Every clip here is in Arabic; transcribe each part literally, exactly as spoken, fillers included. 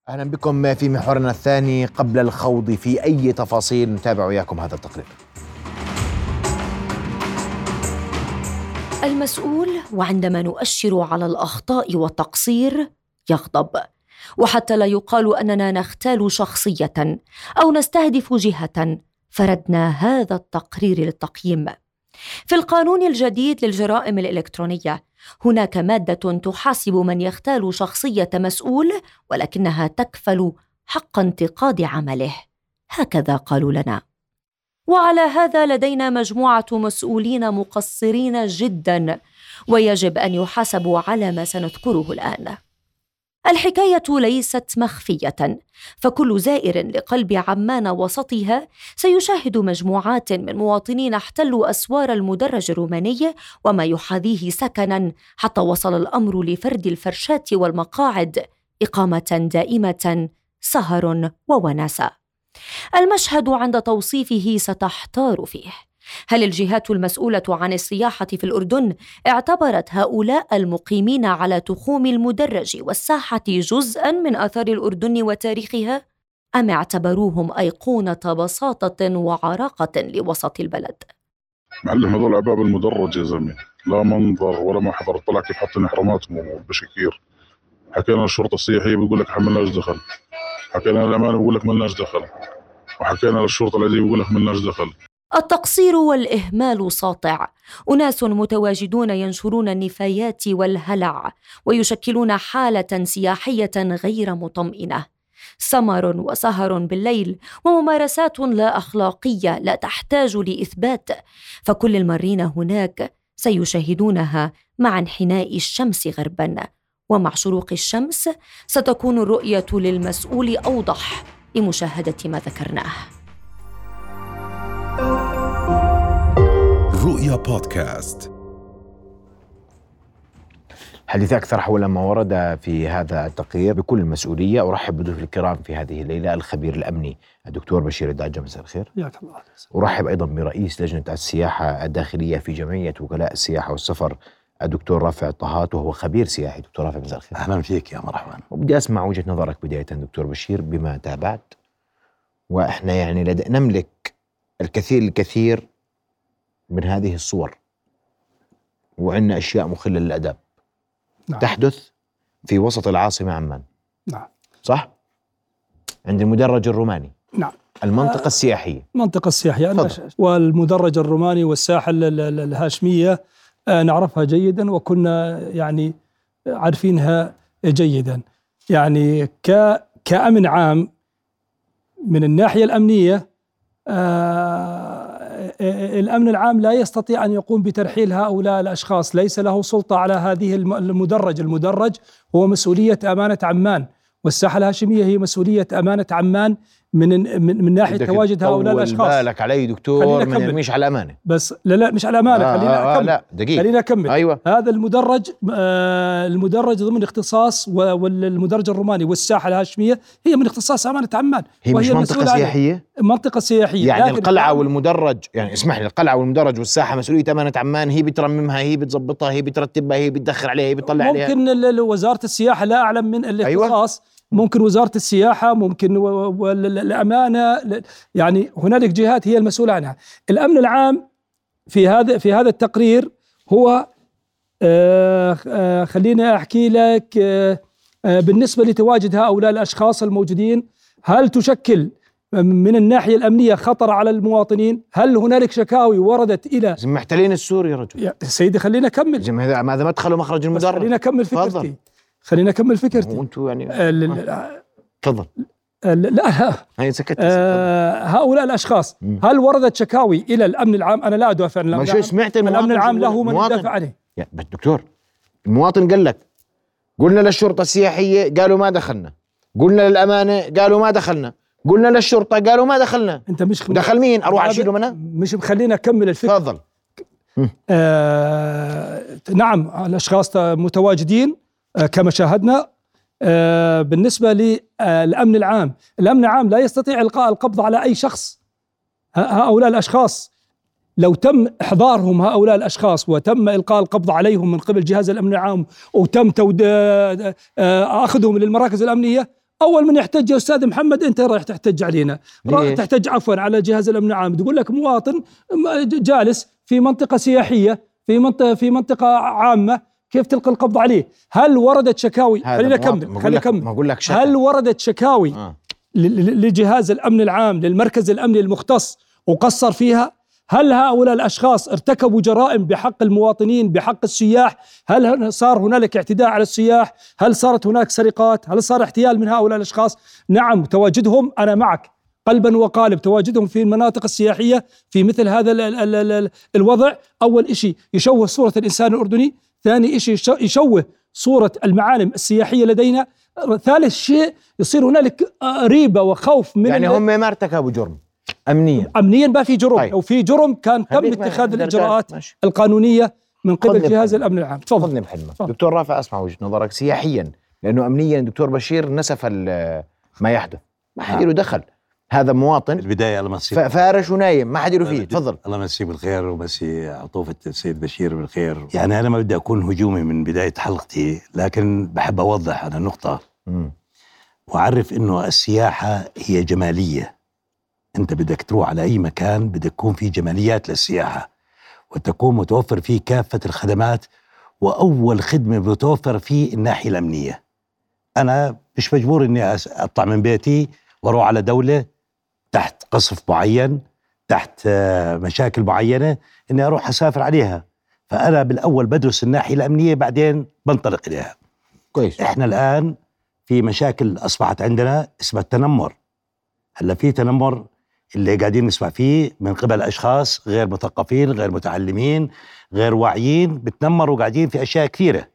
أهلا بكم في محورنا الثاني. قبل الخوض في أي تفاصيل نتابع وياكم هذا التقرير. المسؤول وعندما نؤشر على الأخطاء والتقصير يغضب، وحتى لا يقال أننا نختال شخصية أو نستهدف جهة فردنا هذا التقرير للتقييم. في القانون الجديد للجرائم الإلكترونية هناك مادة تحاسب من يختال شخصية مسؤول، ولكنها تكفل حق انتقاد عمله، هكذا قالوا لنا. وعلى هذا لدينا مجموعة مسؤولين مقصرين جدا، ويجب أن يحاسبوا على ما سنذكره الآن. الحكاية ليست مخفية، فكل زائر لقلب عمان وسطها سيشاهد مجموعات من مواطنين احتلوا أسوار المدرج الروماني وما يحاذيه سكناً، حتى وصل الأمر لفرد الفرشات والمقاعد، إقامة دائمة، سهر ووناسة. المشهد عند توصيفه ستحتار فيه. هل الجهات المسؤولة عن السياحة في الأردن اعتبرت هؤلاء المقيمين على تخوم المدرج والساحة جزءاً من آثار الأردن وتاريخها؟ أم اعتبروهم أيقونة بساطة وعراقة لوسط البلد؟ معلم هذول أباب المدرج يا زلمة، لا منظر ولا ما حضر. طلع كيف حاطين إحراماتهم وبشكير. حكينا للشرطة السياحية بيقول لك حملناش دخل، حكينا للأمانة بيقول لك ملناش دخل، وحكينا للشرطة الذي بيقول لك ملناش دخل. التقصير والإهمال ساطع. أناس متواجدون ينشرون النفايات والهلع ويشكلون حالة سياحية غير مطمئنة. سمر وسهر بالليل وممارسات لا أخلاقية لا تحتاج لإثبات، فكل المارين هناك سيشاهدونها مع انحناء الشمس غرباً، ومع شروق الشمس ستكون الرؤية للمسؤول أوضح لمشاهدة ما ذكرناه. رؤيا بودكاست. حديث أكثر حول ما ورد في هذا التقرير. بكل المسؤولية أرحب بضيوف الكرام في هذه الليلة، الخبير الأمني الدكتور بشير الدعجة، مساء الخير. حياك الله. أرحب أيضا برئيس لجنة السياحة الداخلية في جمعية وكلاء السياحة والسفر الدكتور رافع الطهات، وهو خبير سياحي. دكتور رافع مساء الخير. أهلا فيك يا مرحبا. وبدي أسمع وجهة نظرك بداية دكتور بشير بما تابعت، وإحنا يعني لد... نملك الكثير الكثير من هذه الصور، وعندنا أشياء مخلة للأدب نعم. تحدث في وسط العاصمة عمان. نعم صح. عند المدرج الروماني. نعم. المنطقة آه السياحية. المنطقة السياحية والمدرج الروماني والساحل الهاشمية آه نعرفها جيدا، وكنا يعني عارفينها جيدا. يعني ك كأمن عام من الناحية الأمنية، آه الأمن العام لا يستطيع أن يقوم بترحيل هؤلاء الأشخاص، ليس له سلطة على هذه المدرج. المدرج هو مسؤولية أمانة عمان، والساحة الهاشمية هي مسؤولية أمانة عمان من من, من ناحية تواجد هؤلاء الأشخاص. بالك علي دكتور، ما نرميش على الأمانة بس. لا لا مش على الأمانة. آه خلينا آه أكمل. لا دقيقة. خلينا أكمل. أيوة. هذا المدرج آه المدرج ضمن اختصاص، والمدرج الروماني والساحة الهاشمية هي من اختصاص أمانة عمان. هي مش منطقة سياحية؟ منطقة سياحية. يعني القلعة والمدرج، يعني اسمح لي، القلعة والمدرج والساحة مسؤولية أمانة عمان، هي بترممها، هي بتزبطها، هي بترتبها، هي بتدخل عليها، هي بتطلع عليها. ممكن وزارة السياحة، لا أعلم من الاختصاص. أيوة. ممكن وزارة السياحة، ممكن والأمانة، يعني هنالك جهات هي المسؤولة عنها. الأمن العام في هذا في هذا التقرير هو آه آه خليني أحكي لك آه آه بالنسبة لتواجد هؤلاء الأشخاص الموجودين، هل تشكل من الناحية الأمنية خطر على المواطنين؟ هل هنالك شكاوي وردت إلى محتلين السوري يا رجل؟ يا سيدي خلينا أكمل. ماذا ما دخلوا مخرج المدرج؟ خلينا أكمل فكرتي. خلينا أكمل فكرتي. وأنتوا يعني تفضل. لا هي سكت. آه هؤلاء الأشخاص مم. هل وردت شكاوي إلى الأمن العام؟ أنا لا أدافع عن الأمن العام. سمعت الأمن العام له من يدافع عليه. يا دكتور، المواطن قال لك قلنا للشرطة السياحية قالوا ما دخلنا، قلنا للأمانة قالوا ما دخلنا، قلنا للشرطة قالوا ما دخلنا. أنت مش دخل مين؟ أروح أشيله منها؟ مش مخلينا أكمل الفكرة. تفضل. آه نعم الأشخاص متواجدين آه كما شاهدنا. آه بالنسبة للأمن العام، الأمن العام لا يستطيع إلقاء القبض على أي شخص. هؤلاء الأشخاص لو تم إحضارهم، هؤلاء الأشخاص، وتم إلقاء القبض عليهم من قبل جهاز الأمن العام، وتم تود... أخذهم للمراكز الأمنية، أول من يحتج يا أستاذ محمد أنت رايح تحتج علينا، رايح تحتج عفوا على جهاز الأمن العام. تقول لك مواطن جالس في منطقة سياحية في منطقة في منطقة عامة كيف تلقي القبض عليه؟ هل وردت شكاوي؟ خلينا نكمل خلينا نكمل هل وردت شكاوي آه. لجهاز الأمن العام للمركز الأمني المختص وقصر فيها؟ هل هؤلاء الأشخاص ارتكبوا جرائم بحق المواطنين بحق السياح؟ هل صار هنالك اعتداء على السياح؟ هل صارت هناك سرقات؟ هل صار احتيال من هؤلاء الأشخاص؟ نعم، تواجدهم أنا معك قلبا وقالب، تواجدهم في المناطق السياحية في مثل هذا ال ال ال ال الوضع أول إشي يشوه صورة الإنسان الأردني، ثاني إشي يشوه صورة المعالم السياحية لدينا، ثالث شيء يصير هنالك ريبة وخوف من يعني هم ما ارتكبوا جرم أمنيا أمنيا ما في جرم. لو في جرم كان تم اتخاذ الإجراءات القانونية من قبل جهاز الأمن العام. تفضل دكتور رافع، أسمع وجهة نظرك سياحيا، لأنه أمنيا دكتور بشير نسف ما يحدث، ما حد له دخل، هذا مواطن البداية الله مسيه فارش ونايم ما حد له فيه. تفضل. الله مسيه بالخير ومسي عطوفة السيد بشير بالخير. يعني أنا ما بدي أكون هجومي من بداية حلقتي، لكن بحب أوضح على نقطة م. وأعرف إنه السياحة هي جمالية. أنت بدك تروح على أي مكان بدك يكون فيه جماليات للسياحة وتكون متوفر فيه كافة الخدمات، وأول خدمة بتوفر فيه الناحية الأمنية. أنا مش مجبور إني أطلع من بيتي وأروح على دولة تحت قصف معين تحت مشاكل معينة إني أروح أسافر عليها، فأنا بالأول بدرس الناحية الأمنية بعدين بنطلق إليها. كويس. إحنا الآن في مشاكل أصبحت عندنا اسمها التنمر. هلا في تنمر اللي قاعدين نسمع فيه من قبل أشخاص غير مثقفين غير متعلمين غير واعيين، بتنمروا قاعدين في أشياء كثيرة.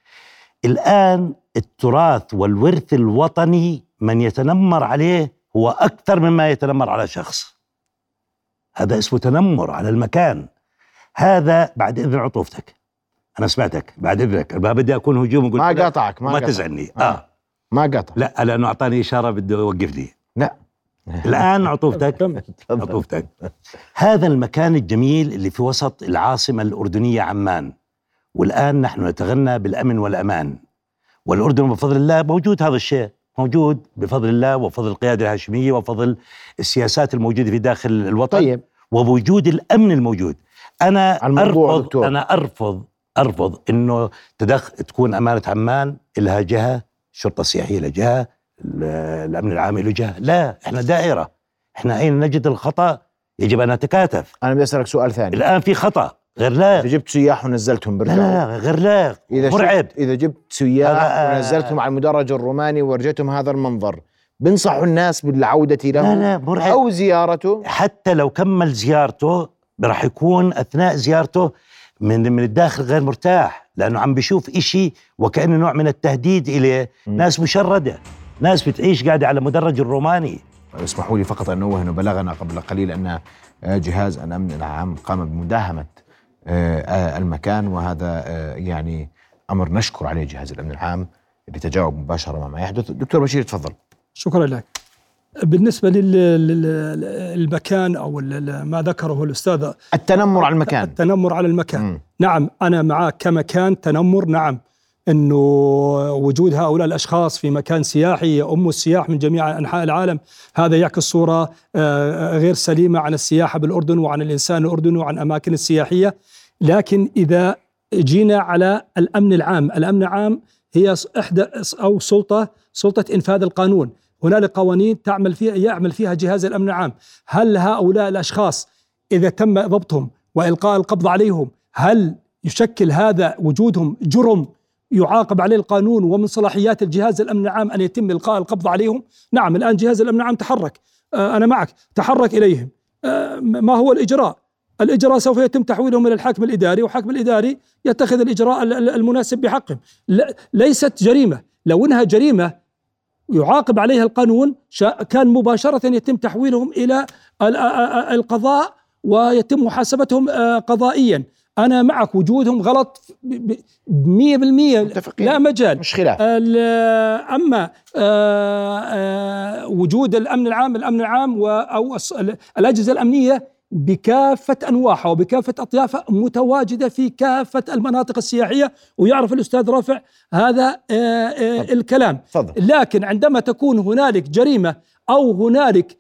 الآن التراث والورث الوطني من يتنمر عليه هو أكثر مما يتنمر على شخص، هذا اسمه تنمر على المكان. هذا بعد إذن عطوفتك، أنا سمعتك بعد إذنك، ما بدي أكون هجوم وقلت ما قاطعك ما, ما تزعلني آه. آه. ما قاطع لا لأنه أعطاني إشارة بده يوقفني. لا الآن عطوفتك عطوفتك هذا المكان الجميل اللي في وسط العاصمة الأردنية عمان، والآن نحن نتغنى بالأمن والأمان، والأردن بفضل الله موجود، هذا الشيء موجود بفضل الله وفضل القيادة الهاشمية وفضل السياسات الموجودة في داخل الوطن. طيب. ووجود الأمن الموجود. أنا أرفض دكتور. أنا أرفض أرفض إنه تدخ تكون أمانة عمان لها جهة، الشرطة السياحية لها جهة، الأمن العام له جهة. لا، إحنا دائرة، إحنا أين نجد الخطأ يجب أن نتكاتف. أنا بدي أسألك سؤال ثاني. الآن في خطأ غير لا إذا جبت سياح ونزلتهم برجعوا. لا لا غير لا إذا مرعب. إذا جبت سياح ونزلتهم على المدرج الروماني ورجيتهم هذا المنظر، بنصحوا الناس بالعودة له لا لا مرعب. أو زيارته. حتى لو كمل زيارته راح يكون أثناء زيارته من من الداخل غير مرتاح، لأنه عم بيشوف إشي وكأنه نوع من التهديد إليه. م. ناس مشردة، ناس بتعيش قاعدة على مدرج الروماني. اسمحوا لي فقط أن أنوه أنه بلغنا قبل قليل أن جهاز الأمن العام قام بمداهمة المكان، وهذا يعني أمر نشكر عليه جهاز الأمن العام اللي تجاوب مباشرة مع ما يحدث. دكتور بشير تفضل. شكرا لك. بالنسبة للمكان أو ما ذكره الأستاذ التنمر على المكان التنمر على المكان م. نعم أنا معك كمكان تنمر. نعم أنه وجود هؤلاء الأشخاص في مكان سياحي يؤم السياح من جميع أنحاء العالم، هذا يعكس صورة غير سليمة عن السياحة بالأردن وعن الإنسان الأردني وعن أماكن السياحية. لكن إذا جينا على الأمن العام، الأمن العام هي إحدى أو سلطة سلطة إنفاذ القانون. هنالك قوانين تعمل فيها يعمل فيها جهاز الأمن العام. هل هؤلاء الأشخاص إذا تم ضبطهم وإلقاء القبض عليهم هل يشكل هذا وجودهم جرم يعاقب عليه القانون ومن صلاحيات الجهاز الأمن العام أن يتم إلقاء القبض عليهم؟ نعم الآن جهاز الأمن العام تحرك، آه أنا معك، تحرك إليهم. آه ما هو الإجراء؟ الإجراء سوف يتم تحويلهم إلى الحاكم الإداري، والحاكم الإداري يتخذ الإجراء المناسب بحقهم. ليست جريمة، لو إنها جريمة يعاقب عليها القانون كان مباشرة يتم تحويلهم إلى القضاء ويتم محاسبتهم قضائيا. أنا معك، وجودهم غلط مية بالمية، لا مجال، مش خلاف. أما وجود الأمن العام الأمن العام أو الأجهزة الأمنية بكافة أنواعها وبكافة أطيافها متواجدة في كافة المناطق السياحية، ويعرف الأستاذ رافع هذا آآ آآ الكلام. فضل. لكن عندما تكون هنالك جريمة أو هنالك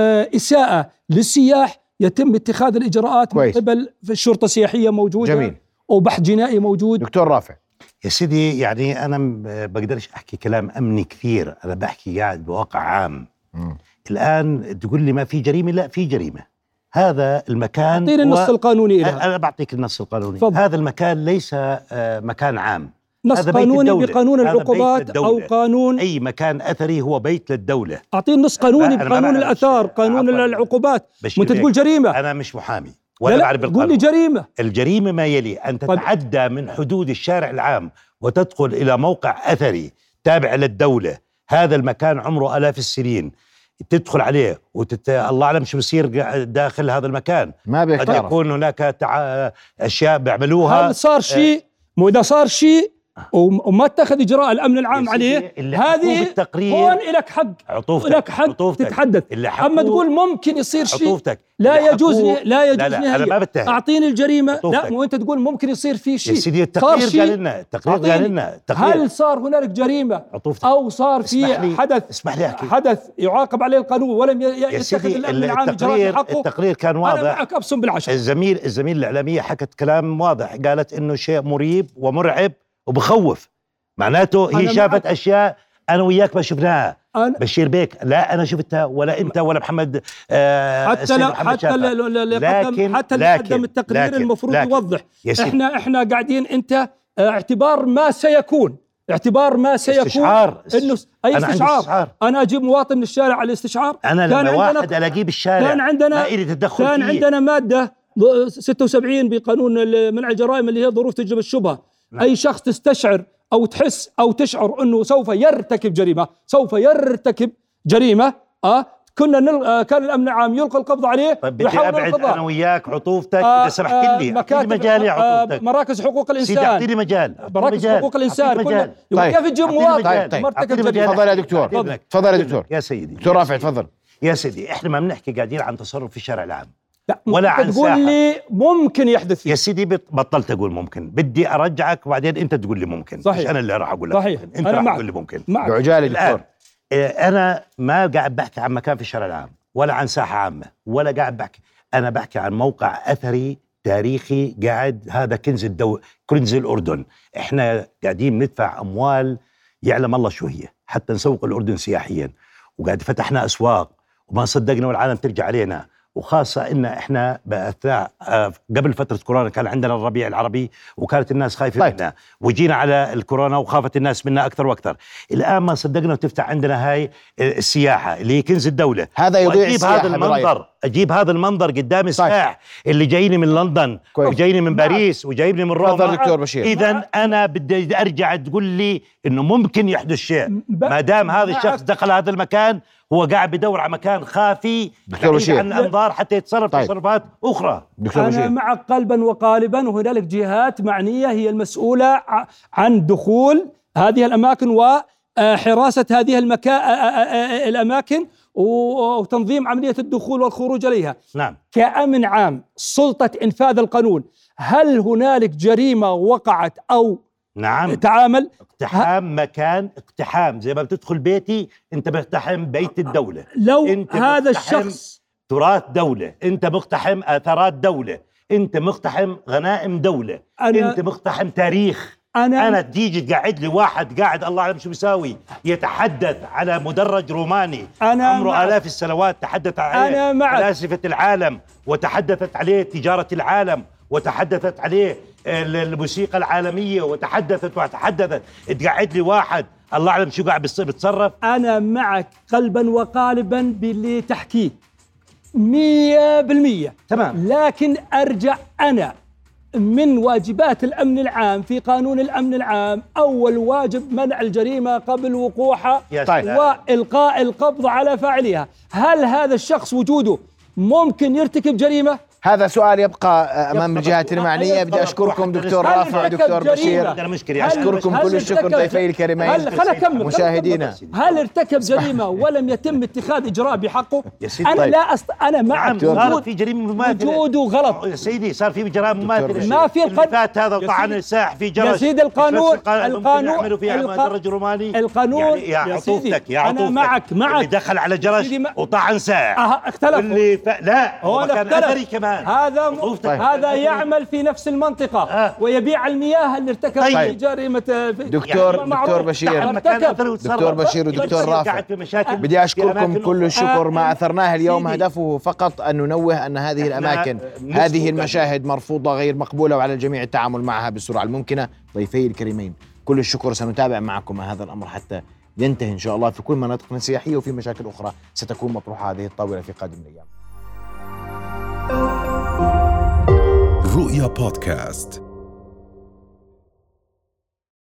إساءة للسياح يتم اتخاذ الإجراءات من قبل الشرطة السياحية موجودة. جميل. وبحث جنائي موجود. دكتور رافع. يا سيدي يعني أنا ما بقدرش أحكي كلام أمني كثير، أنا بحكي قاعد بواقع عام. م. الآن تقول لي ما في جريمة، لا في جريمة. هذا المكان أعطيني النص و... القانوني لها. أنا بعطيك النص القانوني. فضل. هذا المكان ليس مكان عام، نص قانوني بقانون العقوبات أو قانون أي مكان أثري هو بيت للدولة. أعطيني نص قانوني بقانون الآثار، قانون العقوبات. وأنت تقول جريمة. أنا مش محامي ولا بعرف القانون. قول لي جريمة. الجريمة ما يلي أن تتعدى من حدود الشارع العام وتدخل إلى موقع أثري تابع للدولة. هذا المكان عمره آلاف السنين، تدخل عليه وتت... الله أعلم شو بصير داخل هذا المكان. ما بيعرف. قد يكون هناك تع... أشياء بيعملوها. هل صار شيء مو إذا صار شيء وما اتخذ إجراء الأمن العام عليه، هذه هون إلك حق، لك حق تتحدث. أما تقول ممكن يصير شيء، لا يجوز لي لا يجوز لا لا لي أعطيني الجريمة. لا مو أنت تقول ممكن يصير في شيء. سيدي التقرير قال لنا، التقرير قال لنا هل صار هنالك جريمة أو صار في حدث اسمح لي أحكي. حدث يعاقب عليه القانون ولم يتخذ الأمن العام إجراءات حقه؟ التقرير كان واضح. أنا معك أبصم بالعشر. الزميل الزميل الإعلامية حكت كلام واضح، قالت إنه شيء مريب ومرعب وبخوف. معناته هي شافت أشياء أنا وياك ما شفناها. بشير بيك لا أنا شفتها ولا أنت ولا محمد آه حتى لا حتى لكن حتى اللي قدم التقرير لكن المفروض لكن يوضح. إحنا إحنا قاعدين أنت اعتبار ما سيكون اعتبار ما سيكون استشعار. إنه أي أنا استشعار. استشعار أنا أجيب مواطن من الشارع على الاستشعار. أنا لما واحد ألاقيه بالشارع كان عندنا ما إلي تدخل كان فيه. عندنا مادة ستة وسبعين بقانون منع الجرائم اللي هي ظروف تجلب الشبهة. نعم. أي شخص تستشعر أو تحس أو تشعر أنه سوف يرتكب جريمة سوف يرتكب جريمة آه كنا نل... آه كان الأمن العام يلقى القبض عليه. طيب بدي أبعد أنا وياك عطوفتك آه إذا سمحت آه لي أعطيني مجال يا عطوفتك. آه مراكز حقوق الإنسان سيدي أعطيني مجال. مراكز حقوق الإنسان كنا طيب. كيف تجيب مواطن طيب. مرتكب جريمة؟ تفضل يا دكتور. تفضل يا دكتور. يا سيدي دكتور رافع تفضل. يا سيدي إحنا ما بنحكي قاعدين عن تصرف في الشارع العام لا ولا عن تقول لي ممكن يحدث فيه. يا سيدي بطلت أقول ممكن، بدي أرجعك وبعدين أنت تقول لي ممكن. صحيح. مش أنا اللي راح أقول لك صحيح. ممكن. أنت راح تقول لي ممكن. بعجالة دكتور. أنا ما قاعد بحكي عن مكان في الشارع العام ولا عن ساحة عامة ولا قاعد بحكي، أنا بحكي عن موقع أثري تاريخي قاعد. هذا كنز الدو كنز الأردن. إحنا قاعدين ندفع أموال يعلم الله شو هي حتى نسوق الأردن سياحيا، وقاعد فتحنا أسواق وما صدقنا والعالم ترجع علينا. وخاصة إن إحنا بأثناء قبل فترة كورونا كان عندنا الربيع العربي وكانت الناس خايفة طيب. منا، وجينا على الكورونا وخافت الناس منا أكثر وأكثر. الآن ما صدقنا وتفتح عندنا هاي السياحة اللي هي كنز الدولة. هذا يضيع أجيب هذا المنظر أجيب هذا المنظر قدام الساح طيب. اللي جايني من لندن وجايني من باريس وجايبني من روما. إذا أنا بدي أرجع تقول لي إنه ممكن يحدث شيء ما دام هذا الشخص دخل هذا المكان هو قاعد بدور على مكان خافي بعيد عن الأنظار حتى يتصرف طيب. تصرفات أخرى. أنا بشير. معك قلبا وقالبا، وهنالك جهات معنية هي المسؤولة عن دخول هذه الأماكن وحراسة هذه المكا... الأماكن وتنظيم عملية الدخول والخروج عليها. نعم. كأمن عام سلطة إنفاذ القانون، هل هنالك جريمة وقعت أو نعم تعامل اقتحام ه... مكان اقتحام زي ما بتدخل بيتي انت بتقتحم بيت الدولة. لو انت هذا الشخص تراث دولة، انت مقتحم اثارات دولة، انت مقتحم غنائم دولة، أنا... انت مقتحم تاريخ. انا انا تيجي تقعد لي واحد قاعد الله اعلم شو بيساوي يتحدث على مدرج روماني عمره آلاف السنوات تحدث عليه فلاسفة العالم وتحدثت عليه تجارة العالم وتحدثت عليه الموسيقى العالمية وتحدثت وتحدثت تقعد لي واحد الله أعلم شو قاعد بيتصرف. أنا معك قلبا وقالبا باللي تحكيه مية بالمية تمام، لكن أرجع أنا من واجبات الأمن العام في قانون الأمن العام أول واجب منع الجريمة قبل وقوعها وإلقاء القبض على فاعلها. هل هذا الشخص وجوده ممكن يرتكب جريمة؟ هذا سؤال يبقى أمام الجهات المعنية. بدي أشكركم دكتور رافع ودكتور بشير، أشكركم كل الشكر ضيفي الكريمين مشاهدينا. هل ارتكب جريمة ولم يتم اتخاذ إجراء بحقه؟ أنا طيب. لا أست... أنا مع صار في جريمة مماثلة، وجوده غلط يا سيدي، صار في جرائم مماثلة، ما في القانون فات هذا طعن الساح في جرس يا سيدي. القانون القانون يعملوا فيها مدرج روماني. القانون يعني يا عطوفتك يا عطوفتك أنا معك معك اللي دخل على جرس وطعن ساح أه اختلف اللي ف... لا هو كان أثري كمان. هذا م... طيب. هذا يعمل في نفس المنطقة آه. ويبيع المياه اللي ارتكب طيب. جريمة دكتور يعني دكتور بشير دكتور بشير ودكتور رافع، بدي أشكركم كل الشكر. ما أثرناه اليوم هدفه فقط أن ننوه أن هذه الأماكن هذه المشاهد مرفوضة غير مقبولة، وعلى الجميع التعامل معها بالسرعة الممكنة. ضيفي الكريمين كل الشكر، سنتابع معكم هذا الأمر حتى ينتهي إن شاء الله في كل مناطقنا السياحية، وفي مشاكل أخرى ستكون مطروحة هذه الطاولة في قادم الأيام. رؤيا بودكاست.